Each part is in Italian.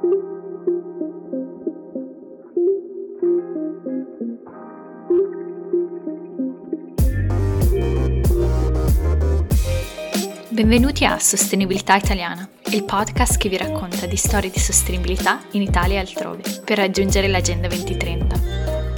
Benvenuti a Sostenibilità Italiana, il podcast che vi racconta di storie di sostenibilità in Italia e altrove, per raggiungere l'Agenda 2030.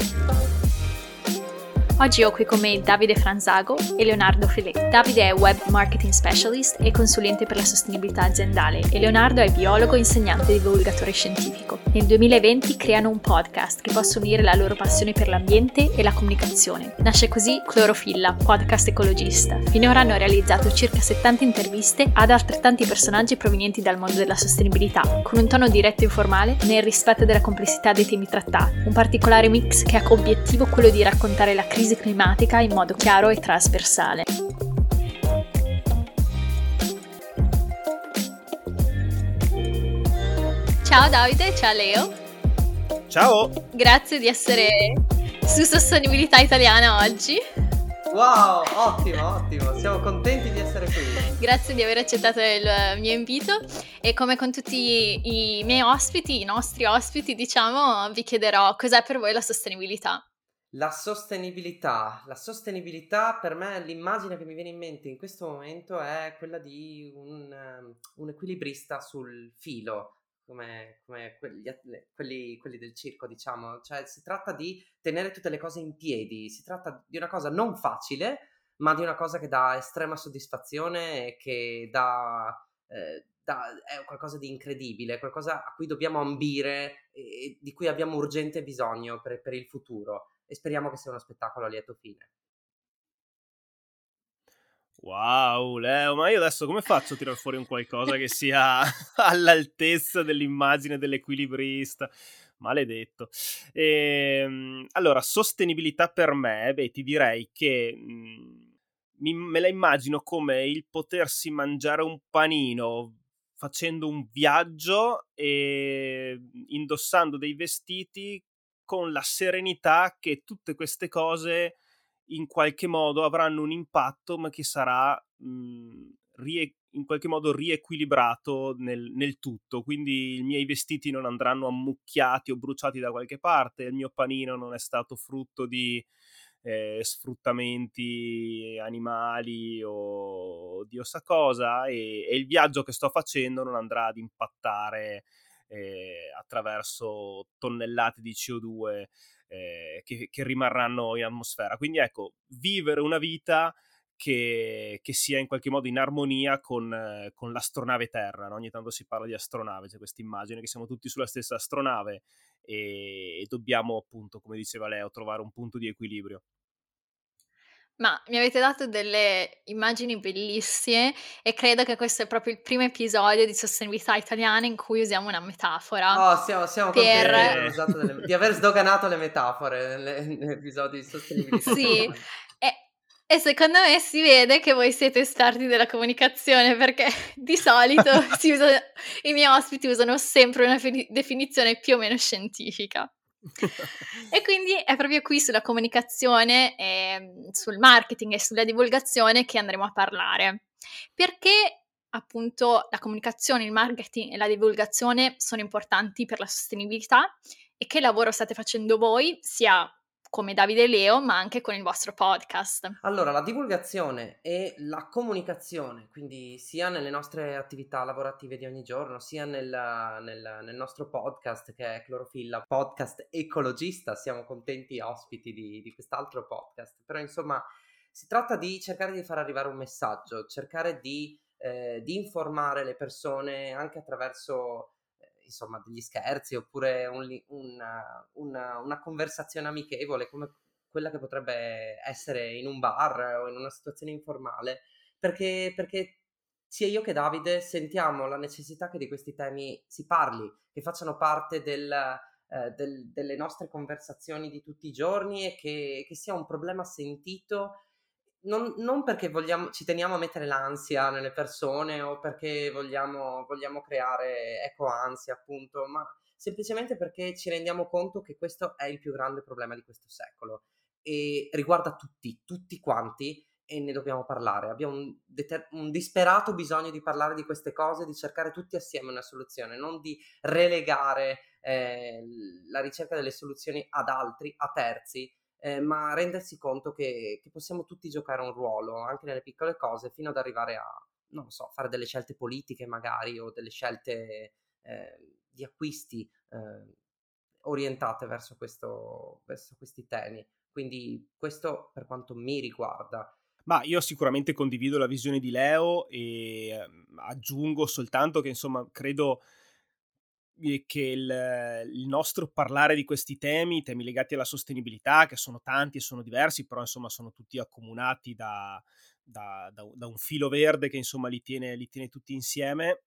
Oggi ho qui con me Davide Franzago e Leonardo Filè. Davide è Web Marketing Specialist e consulente per la sostenibilità aziendale e Leonardo è biologo, insegnante e divulgatore scientifico. Nel 2020 creano un podcast che possa unire la loro passione per l'ambiente e la comunicazione. Nasce così Clorofilla, podcast ecologista. Finora hanno realizzato circa 70 interviste ad altrettanti personaggi provenienti dal mondo della sostenibilità, con un tono diretto e informale nel rispetto della complessità dei temi trattati. Un particolare mix che ha come obiettivo quello di raccontare la crisi climatica in modo chiaro e trasversale. Ciao Davide, ciao Leo. Ciao! Grazie di essere su Sostenibilità Italiana oggi. Wow, ottimo, siamo contenti di essere qui. Grazie di aver accettato il mio invito e come con tutti i miei ospiti, i nostri ospiti, diciamo, vi chiederò cos'è per voi la sostenibilità. La sostenibilità per me, l'immagine che mi viene in mente in questo momento è quella di un equilibrista sul filo, come quelli del circo, diciamo. Cioè si tratta di tenere tutte le cose in piedi, si tratta di una cosa non facile, ma di una cosa che dà estrema soddisfazione e che è qualcosa di incredibile, qualcosa a cui dobbiamo ambire e di cui abbiamo urgente bisogno per il futuro. E speriamo che sia uno spettacolo a lieto fine. Wow, Leo, ma io adesso come faccio a tirar fuori un qualcosa che sia all'altezza dell'immagine dell'equilibrista? Maledetto. Allora, sostenibilità per me, ti direi che me la immagino come il potersi mangiare un panino facendo un viaggio e indossando dei vestiti con la serenità che tutte queste cose in qualche modo avranno un impatto, ma che sarà in qualche modo riequilibrato nel tutto. Quindi i miei vestiti non andranno ammucchiati o bruciati da qualche parte, il mio panino non è stato frutto di sfruttamenti animali o Dio sa cosa, e il viaggio che sto facendo non andrà ad impattare attraverso tonnellate di CO2 che rimarranno in atmosfera. Quindi ecco, vivere una vita che sia in qualche modo in armonia con l'astronave Terra, no? Ogni tanto si parla di astronave, c'è questa immagine che siamo tutti sulla stessa astronave e dobbiamo, appunto, come diceva Leo, trovare un punto di equilibrio. Ma mi avete dato delle immagini bellissime e credo che questo è proprio il primo episodio di Sostenibilità Italiana in cui usiamo una metafora Oh, siamo contenti di aver sdoganato le metafore negli episodi di sostenibilità. Sì, e secondo me si vede che voi siete esperti della comunicazione perché di solito i miei ospiti usano sempre una definizione più o meno scientifica. E quindi è proprio qui sulla comunicazione, sul marketing e sulla divulgazione che andremo a parlare. Perché appunto la comunicazione, il marketing e la divulgazione sono importanti per la sostenibilità e che lavoro state facendo voi, sia come Davide e Leo, ma anche con il vostro podcast. Allora, la divulgazione e la comunicazione, quindi sia nelle nostre attività lavorative di ogni giorno, sia nel nostro podcast che è Clorofilla, podcast ecologista, siamo contenti ospiti di quest'altro podcast, però insomma si tratta di cercare di far arrivare un messaggio, cercare di informare le persone anche attraverso insomma degli scherzi oppure una conversazione amichevole come quella che potrebbe essere in un bar o in una situazione informale, perché sia io che Davide sentiamo la necessità che di questi temi si parli, che facciano parte delle nostre conversazioni di tutti i giorni e che sia un problema sentito. Non perché ci teniamo a mettere l'ansia nelle persone o perché vogliamo creare ecoansia, appunto, ma semplicemente perché ci rendiamo conto che questo è il più grande problema di questo secolo e riguarda tutti quanti e ne dobbiamo parlare. Abbiamo un disperato bisogno di parlare di queste cose, di cercare tutti assieme una soluzione, non di relegare la ricerca delle soluzioni ad altri, a terzi, ma rendersi conto che possiamo tutti giocare un ruolo anche nelle piccole cose, fino ad arrivare a, non lo so, fare delle scelte politiche magari, o delle scelte di acquisti orientate verso questi temi. Quindi questo per quanto mi riguarda. Ma io sicuramente condivido la visione di Leo e aggiungo soltanto che insomma credo che il nostro parlare di questi temi legati alla sostenibilità, che sono tanti e sono diversi, però insomma sono tutti accomunati da un filo verde che insomma li tiene tutti insieme,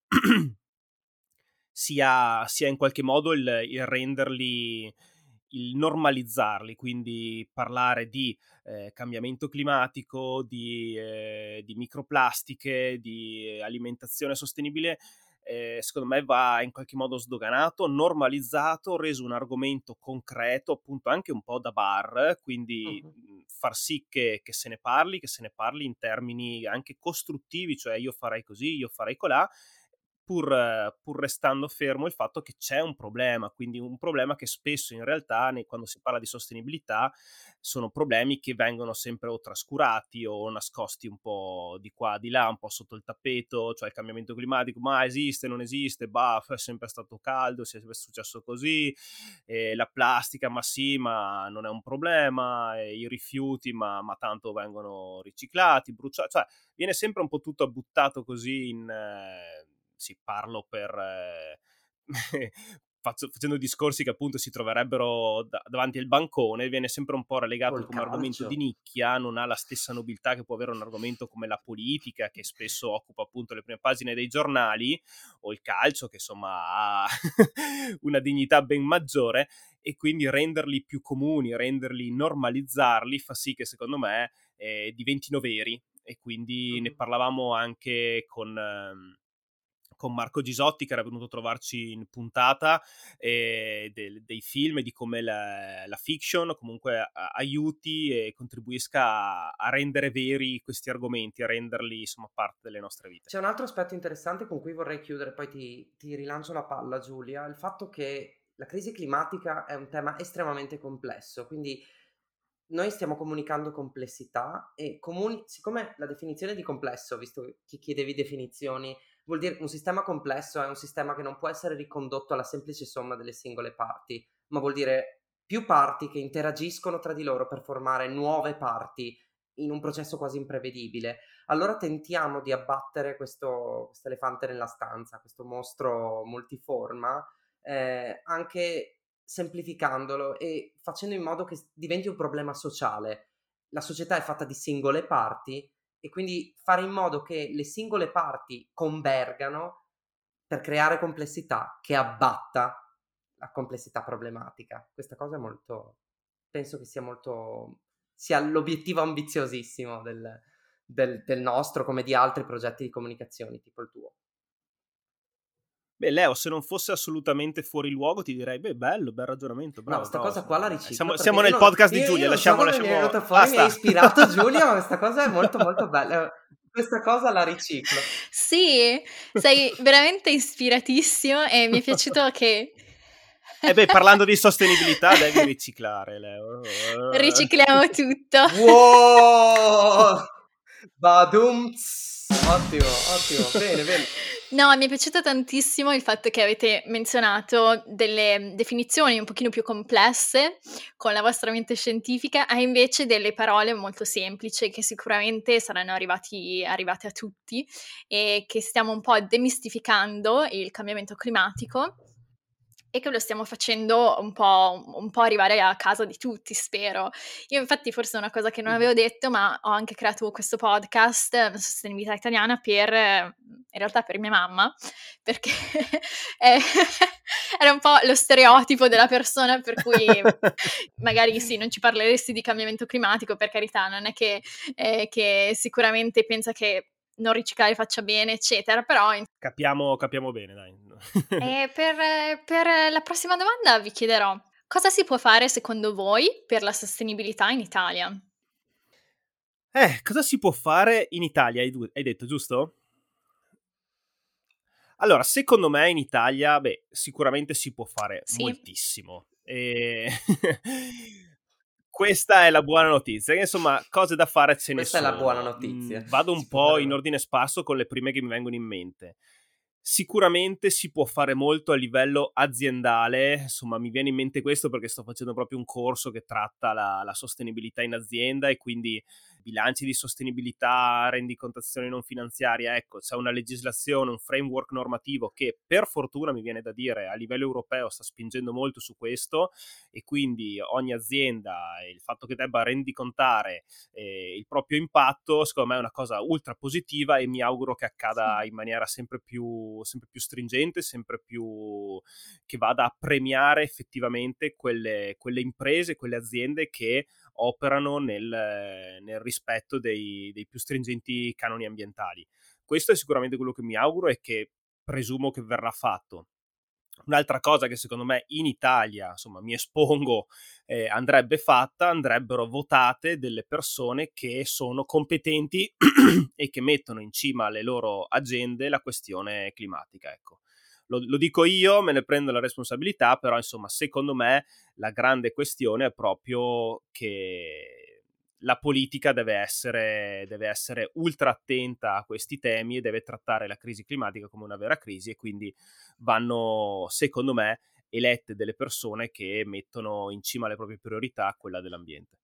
sia in qualche modo il renderli, il normalizzarli, quindi parlare di cambiamento climatico, di microplastiche, di alimentazione sostenibile, secondo me va in qualche modo sdoganato, normalizzato, reso un argomento concreto, appunto anche un po' da bar, quindi far sì che se ne parli in termini anche costruttivi, cioè io farei così, io farei colà, pur restando fermo il fatto che c'è un problema, quindi un problema che spesso in realtà quando si parla di sostenibilità sono problemi che vengono sempre o trascurati o nascosti un po' di qua, di là, un po' sotto il tappeto, cioè il cambiamento climatico, ma esiste, non esiste, bah, è sempre stato caldo, è sempre successo così, la plastica, ma sì, ma non è un problema, i rifiuti, ma tanto vengono riciclati, bruciati, cioè viene sempre un po' tutto buttato così in... sì, parlo per... facendo discorsi che appunto si troverebbero davanti al bancone, viene sempre un po' relegato Col come argomento di calcio. nicchia, non ha la stessa nobiltà che può avere un argomento come la politica, che spesso occupa appunto le prime pagine dei giornali, o il calcio, che insomma ha una dignità ben maggiore, e quindi renderli più comuni, renderli, normalizzarli, fa sì che secondo me diventino veri. E quindi ne parlavamo anche con Marco Gisotti, che era venuto a trovarci in puntata, dei film e di come la fiction comunque aiuti e contribuisca a rendere veri questi argomenti, a renderli insomma parte delle nostre vite. C'è un altro aspetto interessante con cui vorrei chiudere, poi ti rilancio la palla, Giulia, il fatto che la crisi climatica è un tema estremamente complesso, quindi noi stiamo comunicando complessità e siccome la definizione di complesso, visto che chiedevi definizioni, vuol dire un sistema complesso è un sistema che non può essere ricondotto alla semplice somma delle singole parti, ma vuol dire più parti che interagiscono tra di loro per formare nuove parti in un processo quasi imprevedibile. Allora tentiamo di abbattere questo elefante nella stanza, questo mostro multiforma, anche semplificandolo e facendo in modo che diventi un problema sociale. La società è fatta di singole parti e quindi fare in modo che le singole parti convergano per creare complessità che abbatta la complessità problematica. Questa cosa è molto, penso che sia l'obiettivo ambiziosissimo del nostro, come di altri progetti di comunicazione, tipo il tuo. Beh, Leo, se non fosse assolutamente fuori luogo ti direi, beh, bello, bel ragionamento, No, bravo, sta bravo. cosa qua la riciclo. Siamo nel podcast di Giulia, Io non so lasciamo... come mi è venuta fuori, mi ha ispirato Giulia, ma questa cosa è molto molto bella. Questa cosa la riciclo. Sì, sei veramente ispiratissimo e mi è piaciuto che... beh, parlando di sostenibilità devi riciclare, Leo. Ricicliamo tutto. Wow! Badumts! Ottimo, bene, bene. No, mi è piaciuto tantissimo il fatto che avete menzionato delle definizioni un pochino più complesse con la vostra mente scientifica, e invece delle parole molto semplici che sicuramente saranno arrivate a tutti, e che stiamo un po' demistificando il cambiamento climatico e che lo stiamo facendo un po' arrivare a casa di tutti, spero. Io infatti forse è una cosa che non avevo detto, ma ho anche creato questo podcast, Sostenibilità Italiana, in realtà per mia mamma, perché era un po' lo stereotipo della persona per cui magari sì, non ci parleresti di cambiamento climatico, per carità, non è che sicuramente pensa che non riciclare faccia bene, eccetera, però... Capiamo bene, dai. E per la prossima domanda vi chiederò: cosa si può fare secondo voi per la sostenibilità in Italia? Cosa si può fare in Italia, hai detto, giusto? Allora, secondo me in Italia, sicuramente si può fare Sì. moltissimo. Questa è la buona notizia, che insomma cose da fare ce ne Questa è la buona sono. notizia. Vado Si un può po' fare in ordine sparso con le prime che mi vengono in mente. Sicuramente si può fare molto a livello aziendale, insomma mi viene in mente questo perché sto facendo proprio un corso che tratta la sostenibilità in azienda e quindi bilanci di sostenibilità, rendicontazione non finanziaria, ecco, c'è una legislazione, un framework normativo che per fortuna mi viene da dire a livello europeo sta spingendo molto su questo e quindi ogni azienda il fatto che debba rendicontare il proprio impatto secondo me è una cosa ultra positiva e mi auguro che accada in maniera sempre più stringente, sempre più che vada a premiare effettivamente quelle imprese, quelle aziende che operano nel rispetto dei più stringenti canoni ambientali. Questo è sicuramente quello che mi auguro e che presumo che verrà fatto. Un'altra cosa che secondo me in Italia, insomma, mi espongo, andrebbe fatta, andrebbero votate delle persone che sono competenti e che mettono in cima alle loro agende la questione climatica, ecco. Lo dico io, me ne prendo la responsabilità, però insomma, secondo me la grande questione è proprio che la politica deve essere ultra attenta a questi temi e deve trattare la crisi climatica come una vera crisi e quindi vanno, secondo me, elette delle persone che mettono in cima alle proprie priorità quella dell'ambiente.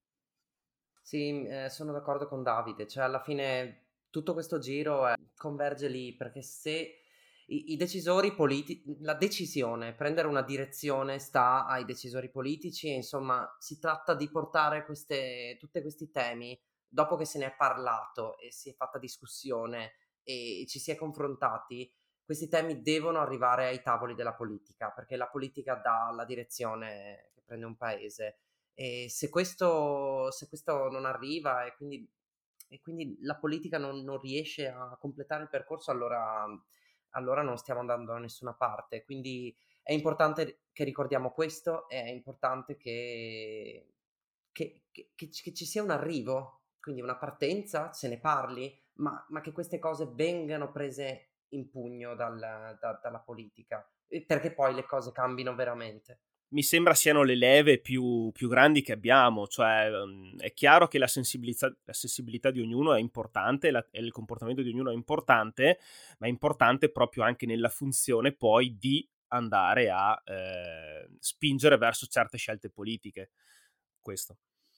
Sì, sono d'accordo con Davide, cioè alla fine tutto questo giro converge lì, perché se i decisori politici, la decisione, prendere una direzione sta ai decisori politici e insomma si tratta di portare tutti questi temi, dopo che se ne è parlato e si è fatta discussione e ci si è confrontati, questi temi devono arrivare ai tavoli della politica, perché la politica dà la direzione che prende un paese. E se questo non arriva e quindi la politica non riesce a completare il percorso, allora non stiamo andando da nessuna parte. Quindi è importante che ricordiamo questo, è importante che ci sia un arrivo, quindi una partenza, se ne parli, ma che queste cose vengano prese in pugno dalla politica, perché poi le cose cambino veramente. Mi sembra siano le leve più grandi che abbiamo, cioè è chiaro che la sensibilità di ognuno è importante e il comportamento di ognuno è importante, ma è importante proprio anche nella funzione poi di andare a spingere verso certe scelte politiche. Questo.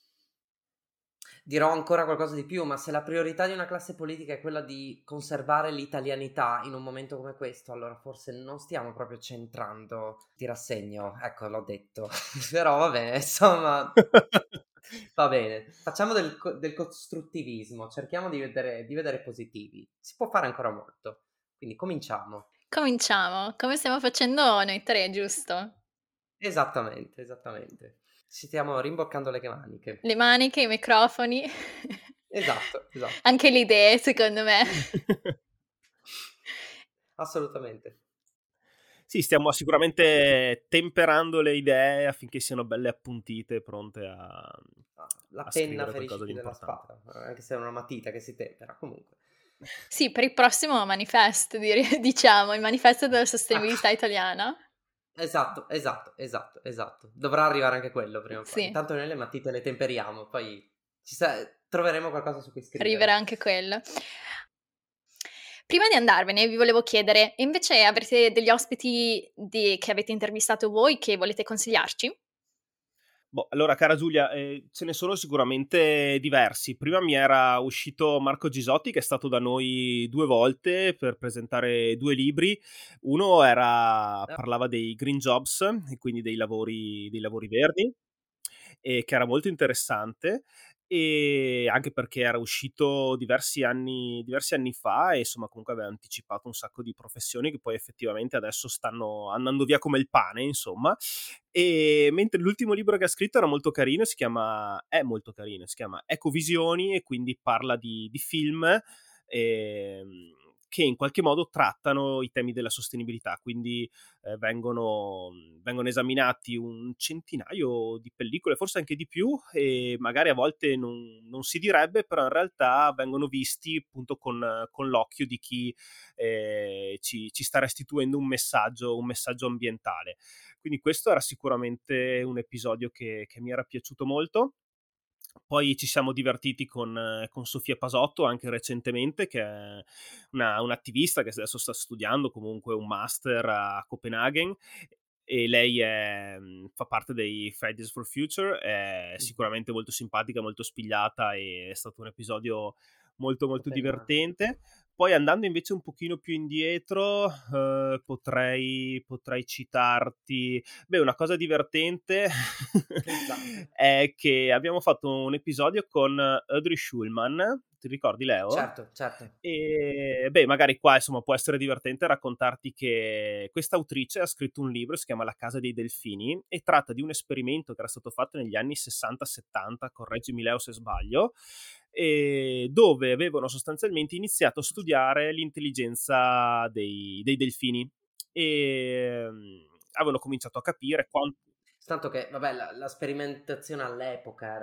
Dirò ancora qualcosa di più, ma se la priorità di una classe politica è quella di conservare l'italianità in un momento come questo, allora forse non stiamo proprio centrando. Ti rassegno, ecco, l'ho detto. Però va bene, insomma, va bene. Facciamo del costruttivismo, cerchiamo di vedere positivi. Si può fare ancora molto. Quindi cominciamo. Cominciamo, come stiamo facendo noi 3, giusto? Esattamente, esattamente. Ci stiamo rimboccando le maniche. Le maniche, i microfoni, Esatto, esatto. anche le idee secondo me. Assolutamente. Sì, stiamo sicuramente temperando le idee affinché siano belle appuntite, pronte La a penna scrivere ferisce qualcosa di più della importante. spada, anche se è una matita che si tempera, comunque. Sì, per il prossimo manifesto diciamo, il manifesto della Ah, sostenibilità italiana. esatto, esatto, esatto, esatto. Dovrà arrivare anche quello prima o poi. Sì, Intanto noi le matite le temperiamo, poi troveremo qualcosa su cui arriverà scrivere. anche quello. Prima di andarvene vi volevo chiedere, invece avrete degli ospiti che avete intervistato voi che volete consigliarci? Boh, allora, cara Giulia, ce ne sono sicuramente diversi. Prima mi era uscito Marco Gisotti, che è stato da noi 2 volte per presentare 2 libri. Uno Eh, parlava dei green jobs, e quindi dei lavori verdi, che era molto interessante, e anche perché era uscito diversi anni fa e insomma comunque aveva anticipato un sacco di professioni che poi effettivamente adesso stanno andando via come il pane, insomma. E mentre l'ultimo libro che ha scritto era molto carino, è molto carino, si chiama Ecovisioni e quindi parla di film ehm, che in qualche modo trattano i temi della sostenibilità, quindi vengono esaminati un centinaio di pellicole, forse anche di più, e magari a volte non si direbbe, però in realtà vengono visti appunto con l'occhio di chi ci sta restituendo un messaggio ambientale. Quindi questo era sicuramente un episodio che mi era piaciuto molto. Poi ci siamo divertiti con Sofia Pasotto anche recentemente, che è un'attivista che adesso sta studiando comunque un master a Copenaghen, e lei fa parte dei Fridays for Future, è sicuramente molto simpatica, molto spigliata, e è stato un episodio molto molto divertente. Poi andando invece un pochino più indietro, potrei citarti... Beh, una cosa divertente è che abbiamo fatto un episodio con Audrey Schulman, ti ricordi, Leo? Certo. E beh, magari qua insomma può essere divertente raccontarti che questa autrice ha scritto un libro, si chiama La casa dei delfini, e tratta di un esperimento che era stato fatto negli anni 60-70, correggimi Leo se sbaglio, dove avevano sostanzialmente iniziato a studiare l'intelligenza dei delfini, e avevano cominciato a capire quanto... Tanto che, vabbè, la sperimentazione all'epoca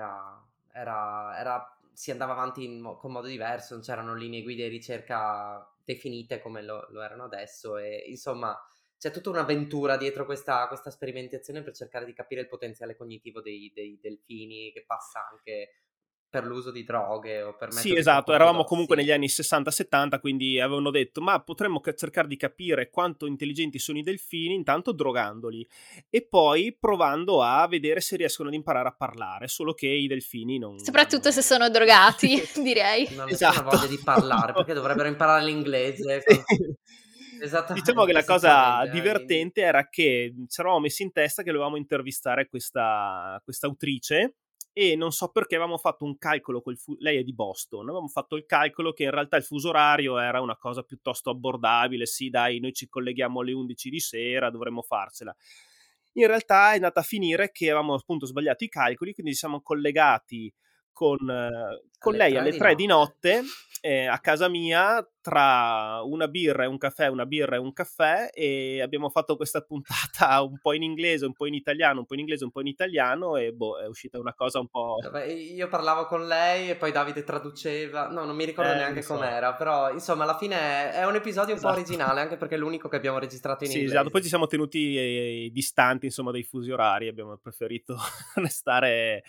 si andava avanti con modo diverso, non c'erano linee guida di ricerca definite come lo erano adesso, e insomma c'è tutta un'avventura dietro questa sperimentazione per cercare di capire il potenziale cognitivo dei delfini, che passa anche per l'uso di droghe o per metodi Sì, esatto, troppo eravamo ortodossi. comunque negli anni 60-70, quindi avevano detto ma potremmo cercare di capire quanto intelligenti sono i delfini intanto drogandoli, e poi provando a vedere se riescono ad imparare a parlare, solo che i delfini non... Soprattutto se sono drogati, direi. Non ho nessuna Esatto. voglia di parlare, perché dovrebbero imparare l'inglese. Esattamente. Diciamo che la cosa divertente era che ci eravamo messi in testa che dovevamo intervistare questa autrice, e non so perché avevamo fatto un calcolo lei è di Boston, avevamo fatto il calcolo che in realtà il fuso orario era una cosa piuttosto abbordabile, sì dai, noi ci colleghiamo alle 11 di sera, dovremmo farcela. In realtà è andata a finire che avevamo appunto sbagliato i calcoli, quindi ci siamo collegati con lei alle 3 di notte a casa mia, tra una birra e un caffè, una birra e un caffè, e abbiamo fatto questa puntata un po' in inglese, un po' in italiano, un po' in inglese, un po' in italiano, e è uscita una cosa un po'... Io parlavo con lei e poi Davide traduceva, no, non mi ricordo neanche com'era, però insomma alla fine è un episodio un po' originale, anche perché è l'unico che abbiamo registrato in inglese. Esatto, poi ci siamo tenuti distanti insomma dai fusi orari, abbiamo preferito restare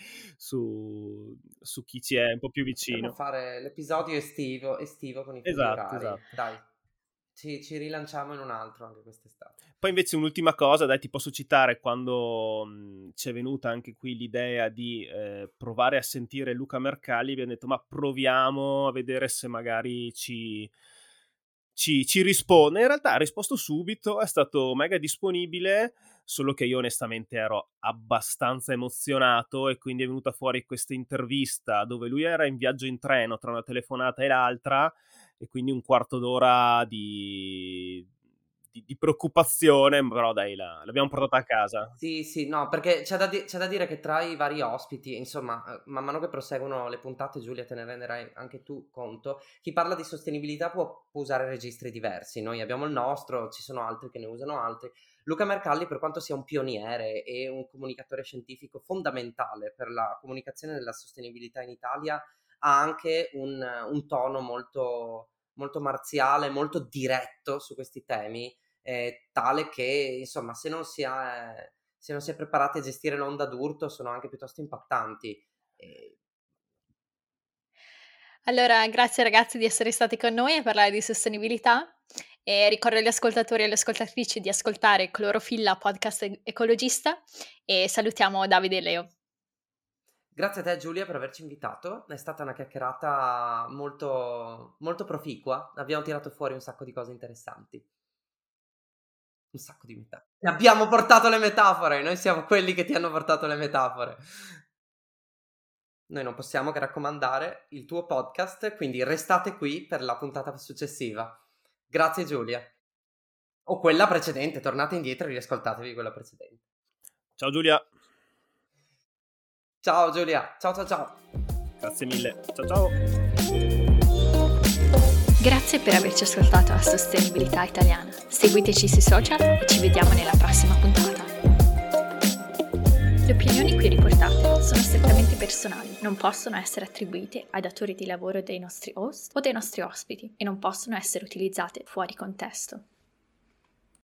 su chi ci è un po' più vicino. Potremmo fare l'episodio estivo con i fusi orari. Esatto. Dai, ci rilanciamo in un altro anche quest'estate. Poi invece un'ultima cosa, dai, ti posso citare quando ci è venuta anche qui l'idea di provare a sentire Luca Mercalli. Abbiamo detto ma proviamo a vedere se magari ci risponde. In realtà ha risposto subito, è stato mega disponibile, solo che io onestamente ero abbastanza emozionato, e quindi è venuta fuori questa intervista dove lui era in viaggio in treno tra una telefonata e l'altra, e quindi un quarto d'ora di preoccupazione, però dai, l'abbiamo portata a casa. Sì, no, perché c'è da dire che tra i vari ospiti, insomma, man mano che proseguono le puntate, Giulia, te ne renderai anche tu conto, chi parla di sostenibilità può usare registri diversi. Noi abbiamo il nostro, ci sono altri che ne usano altri. Luca Mercalli, per quanto sia un pioniere e un comunicatore scientifico fondamentale per la comunicazione della sostenibilità in Italia, ha anche un tono molto, molto marziale, molto diretto su questi temi, tale che insomma se non si è preparati a gestire l'onda d'urto sono anche piuttosto impattanti. Allora, grazie ragazzi di essere stati con noi a parlare di sostenibilità, e ricordo agli ascoltatori e alle ascoltatrici di ascoltare Clorofilla podcast ecologista, e salutiamo Davide e Leo. Grazie a te Giulia per averci invitato, è stata una chiacchierata molto, molto proficua, abbiamo tirato fuori un sacco di cose interessanti. Un sacco di metafore. Ti abbiamo portato le metafore, noi siamo quelli che ti hanno portato le metafore. Noi non possiamo che raccomandare il tuo podcast, quindi restate qui per la puntata successiva. Grazie Giulia. O quella precedente, tornate indietro e riascoltatevi quella precedente. Ciao Giulia. Ciao Giulia, ciao. Grazie mille, ciao. Grazie per averci ascoltato a Sostenibilità Italiana. Seguiteci sui social e ci vediamo nella prossima puntata. Le opinioni qui riportate sono strettamente personali, non possono essere attribuite ai datori di lavoro dei nostri host o dei nostri ospiti e non possono essere utilizzate fuori contesto.